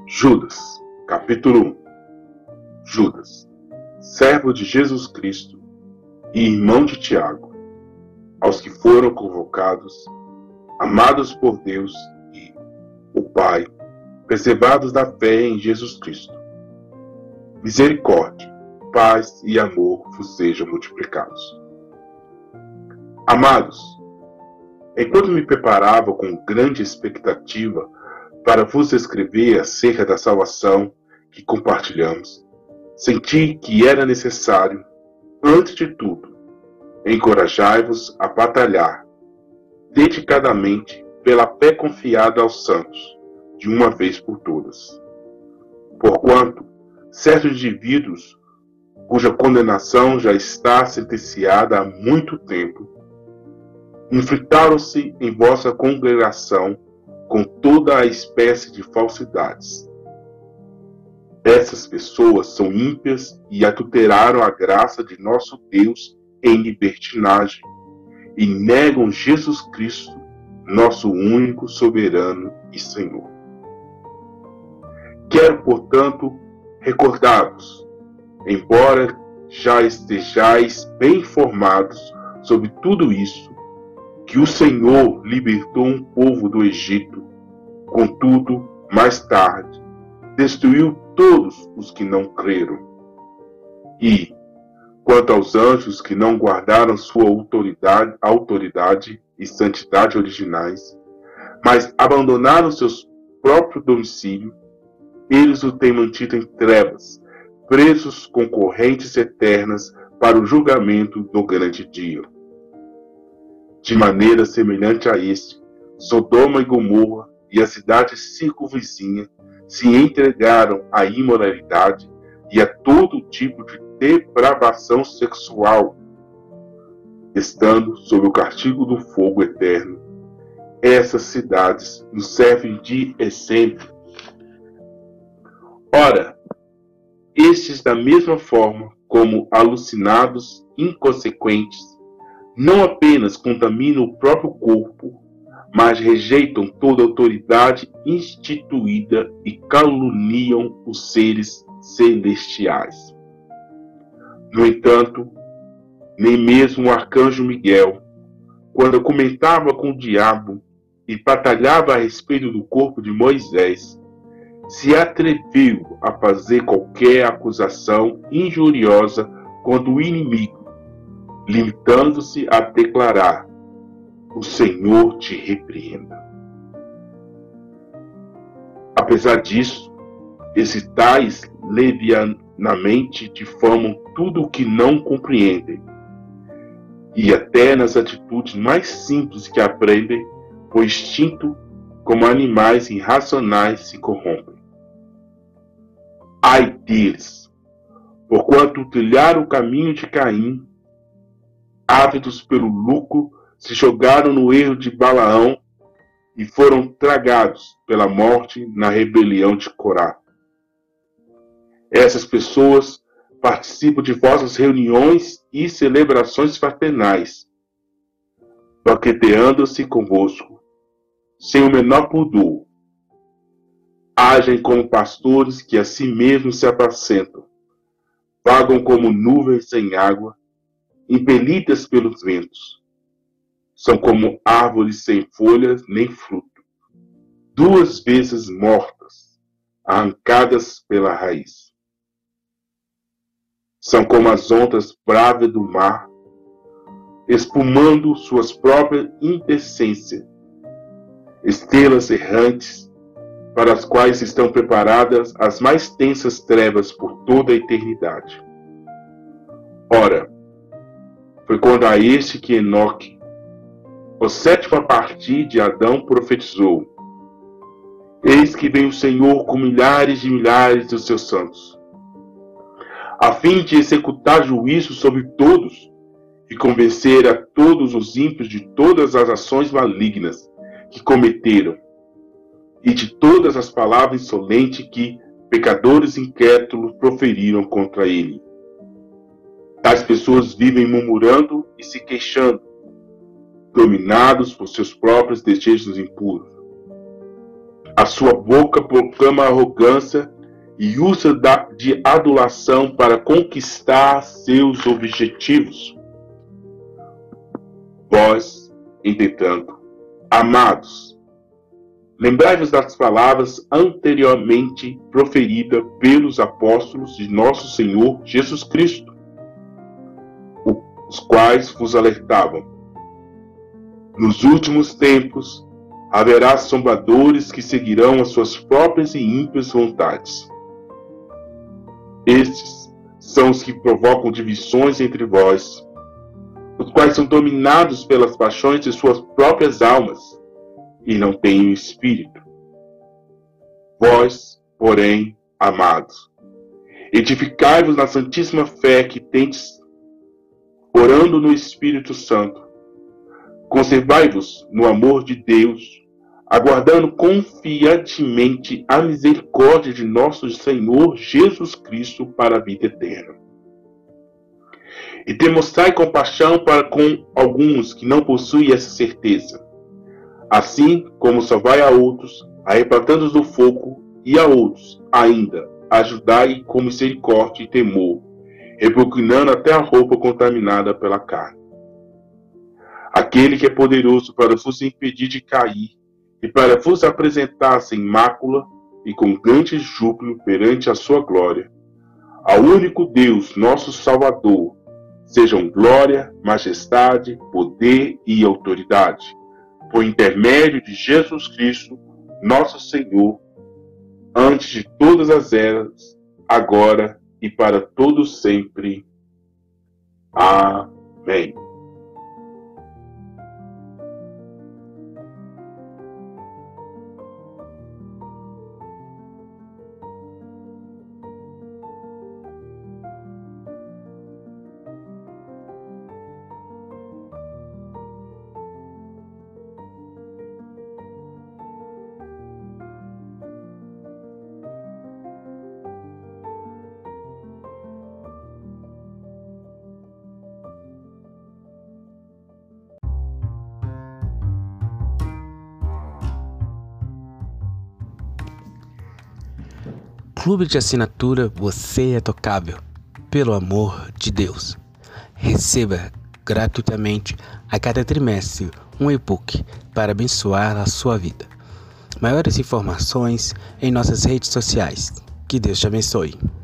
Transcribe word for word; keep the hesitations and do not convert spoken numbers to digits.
Judas, capítulo um. Judas, servo de Jesus Cristo e irmão de Tiago, aos que foram convocados, amados por Deus e o Pai, preservados da fé em Jesus Cristo. Misericórdia, paz e amor vos sejam multiplicados. Amados, enquanto me preparava com grande expectativa para vos escrever acerca da salvação que compartilhamos, senti que era necessário, antes de tudo, encorajai-vos a batalhar dedicadamente pela fé confiada aos santos, de uma vez por todas. Porquanto, certos indivíduos, cuja condenação já está sentenciada há muito tempo, infiltraram-se em vossa congregação com toda a espécie de falsidades. Essas pessoas são ímpias e adulteraram a graça de nosso Deus em libertinagem e negam Jesus Cristo, nosso único soberano e Senhor. Quero, portanto, recordar-vos, embora já estejais bem informados sobre tudo isso, que o Senhor libertou um povo do Egito, contudo, mais tarde, destruiu todos os que não creram. E, quanto aos anjos que não guardaram sua autoridade, autoridade e santidade originais, mas abandonaram seus próprios domicílios, eles o têm mantido em trevas, presos com correntes eternas para o julgamento do grande dia. De maneira semelhante a este, Sodoma e Gomorra e a cidade circunvizinha se entregaram à imoralidade e a todo tipo de depravação sexual, estando sob o castigo do fogo eterno. Essas cidades nos servem de exemplo. Ora, estes, da mesma forma como alucinados, inconsequentes, não apenas contaminam o próprio corpo, mas rejeitam toda autoridade instituída e caluniam os seres celestiais. No entanto, nem mesmo o arcanjo Miguel, quando comentava com o diabo e batalhava a respeito do corpo de Moisés, se atreveu a fazer qualquer acusação injuriosa contra o inimigo, limitando-se a declarar: o Senhor te repreenda. Apesar disso, esses tais levianamente difamam tudo o que não compreendem, e até nas atitudes mais simples que aprendem, por instinto, como animais irracionais se corrompem. Ai deles, porquanto trilharam o caminho de Caim, ávidos pelo lucro, se jogaram no erro de Balaão e foram tragados pela morte na rebelião de Corá. Essas pessoas participam de vossas reuniões e celebrações fraternais, banqueteando-se convosco, sem o menor pudor. Agem como pastores que a si mesmos se apacentam, vagam como nuvens sem água, impelidas pelos ventos. São como árvores sem folhas nem fruto, duas vezes mortas, arrancadas pela raiz. São como as ondas bravas do mar, espumando suas próprias indecências, estrelas errantes, para as quais estão preparadas as mais tensas trevas por toda a eternidade. Ora, foi quando a este que Enoque, o sétimo a partir de Adão, profetizou: eis que vem o Senhor com milhares e milhares dos seus santos, a fim de executar juízo sobre todos e convencer a todos os ímpios de todas as ações malignas que cometeram e de todas as palavras insolentes que pecadores incrédulos proferiram contra ele. Tais pessoas vivem murmurando e se queixando, dominados por seus próprios desejos impuros. A sua boca proclama arrogância e usa de adulação para conquistar seus objetivos. Vós, entretanto, amados, lembrai-vos das palavras anteriormente proferidas pelos apóstolos de nosso Senhor Jesus Cristo, os quais vos alertavam. Nos últimos tempos, haverá zombadores que seguirão as suas próprias e ímpias vontades. Estes são os que provocam divisões entre vós, os quais são dominados pelas paixões de suas próprias almas e não têm o Espírito. Vós, porém, amados, edificai-vos na santíssima fé que tendes, orando no Espírito Santo. Conservai-vos no amor de Deus, aguardando confiantemente a misericórdia de nosso Senhor Jesus Cristo para a vida eterna. E demonstrai compaixão para com alguns que não possuem essa certeza, assim como salvai a outros, arrebatando-os do fogo, e a outros, ainda, ajudai com misericórdia e temor, repugnando até a roupa contaminada pela carne. Aquele que é poderoso para vos impedir de cair, e para vos apresentar sem mácula e com grande júbilo perante a sua glória. Ao único Deus, nosso Salvador, sejam glória, majestade, poder e autoridade, por intermédio de Jesus Cristo, nosso Senhor, antes de todas as eras, agora e para todos sempre. Amém. Clube de assinatura Você é Tocável, pelo amor de Deus. Receba gratuitamente a cada trimestre um e-book para abençoar a sua vida. Maiores informações em nossas redes sociais. Que Deus te abençoe.